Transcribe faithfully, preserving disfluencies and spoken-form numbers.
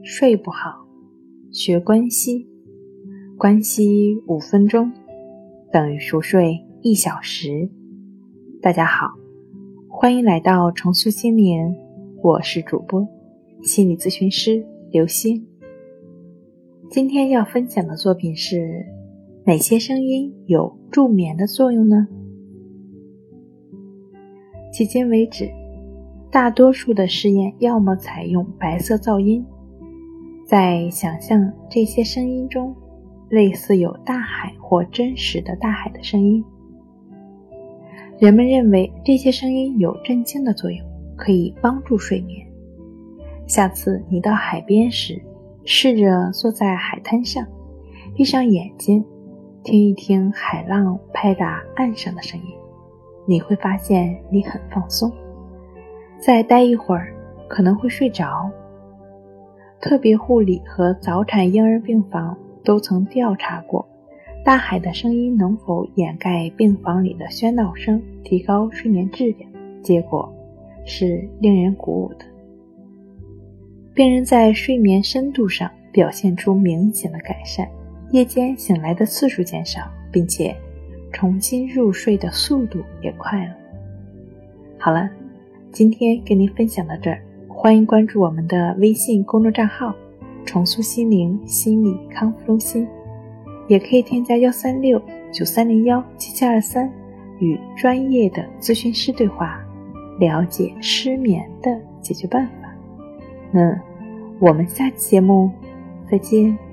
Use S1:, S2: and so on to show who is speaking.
S1: 睡不好，学关息，关息五分钟等于熟睡一小时。大家好，欢迎来到重塑心灵，我是主播心理咨询师刘星。今天要分享的作品是哪些声音有助眠的作用呢？迄今为止，大多数的实验要么采用白色噪音，在想象这些声音中类似有大海或真实的大海的声音。人们认为这些声音有镇静的作用，可以帮助睡眠。下次你到海边时，试着坐在海滩上，闭上眼睛，听一听海浪拍打岸上的声音，你会发现你很放松。再待一会儿，可能会睡着。特别护理和早产婴儿病房都曾调查过，大海的声音能否掩盖病房里的喧闹声，提高睡眠质量，结果是令人鼓舞的。病人在睡眠深度上表现出明显的改善，夜间醒来的次数减少，并且重新入睡的速度也快了。好了，今天跟您分享到这儿，欢迎关注我们的微信公众账号重塑心灵心理康复中心，也可以添加一三六九三零一七七二三与专业的咨询师对话，了解失眠的解决办法。那我们下期节目再见。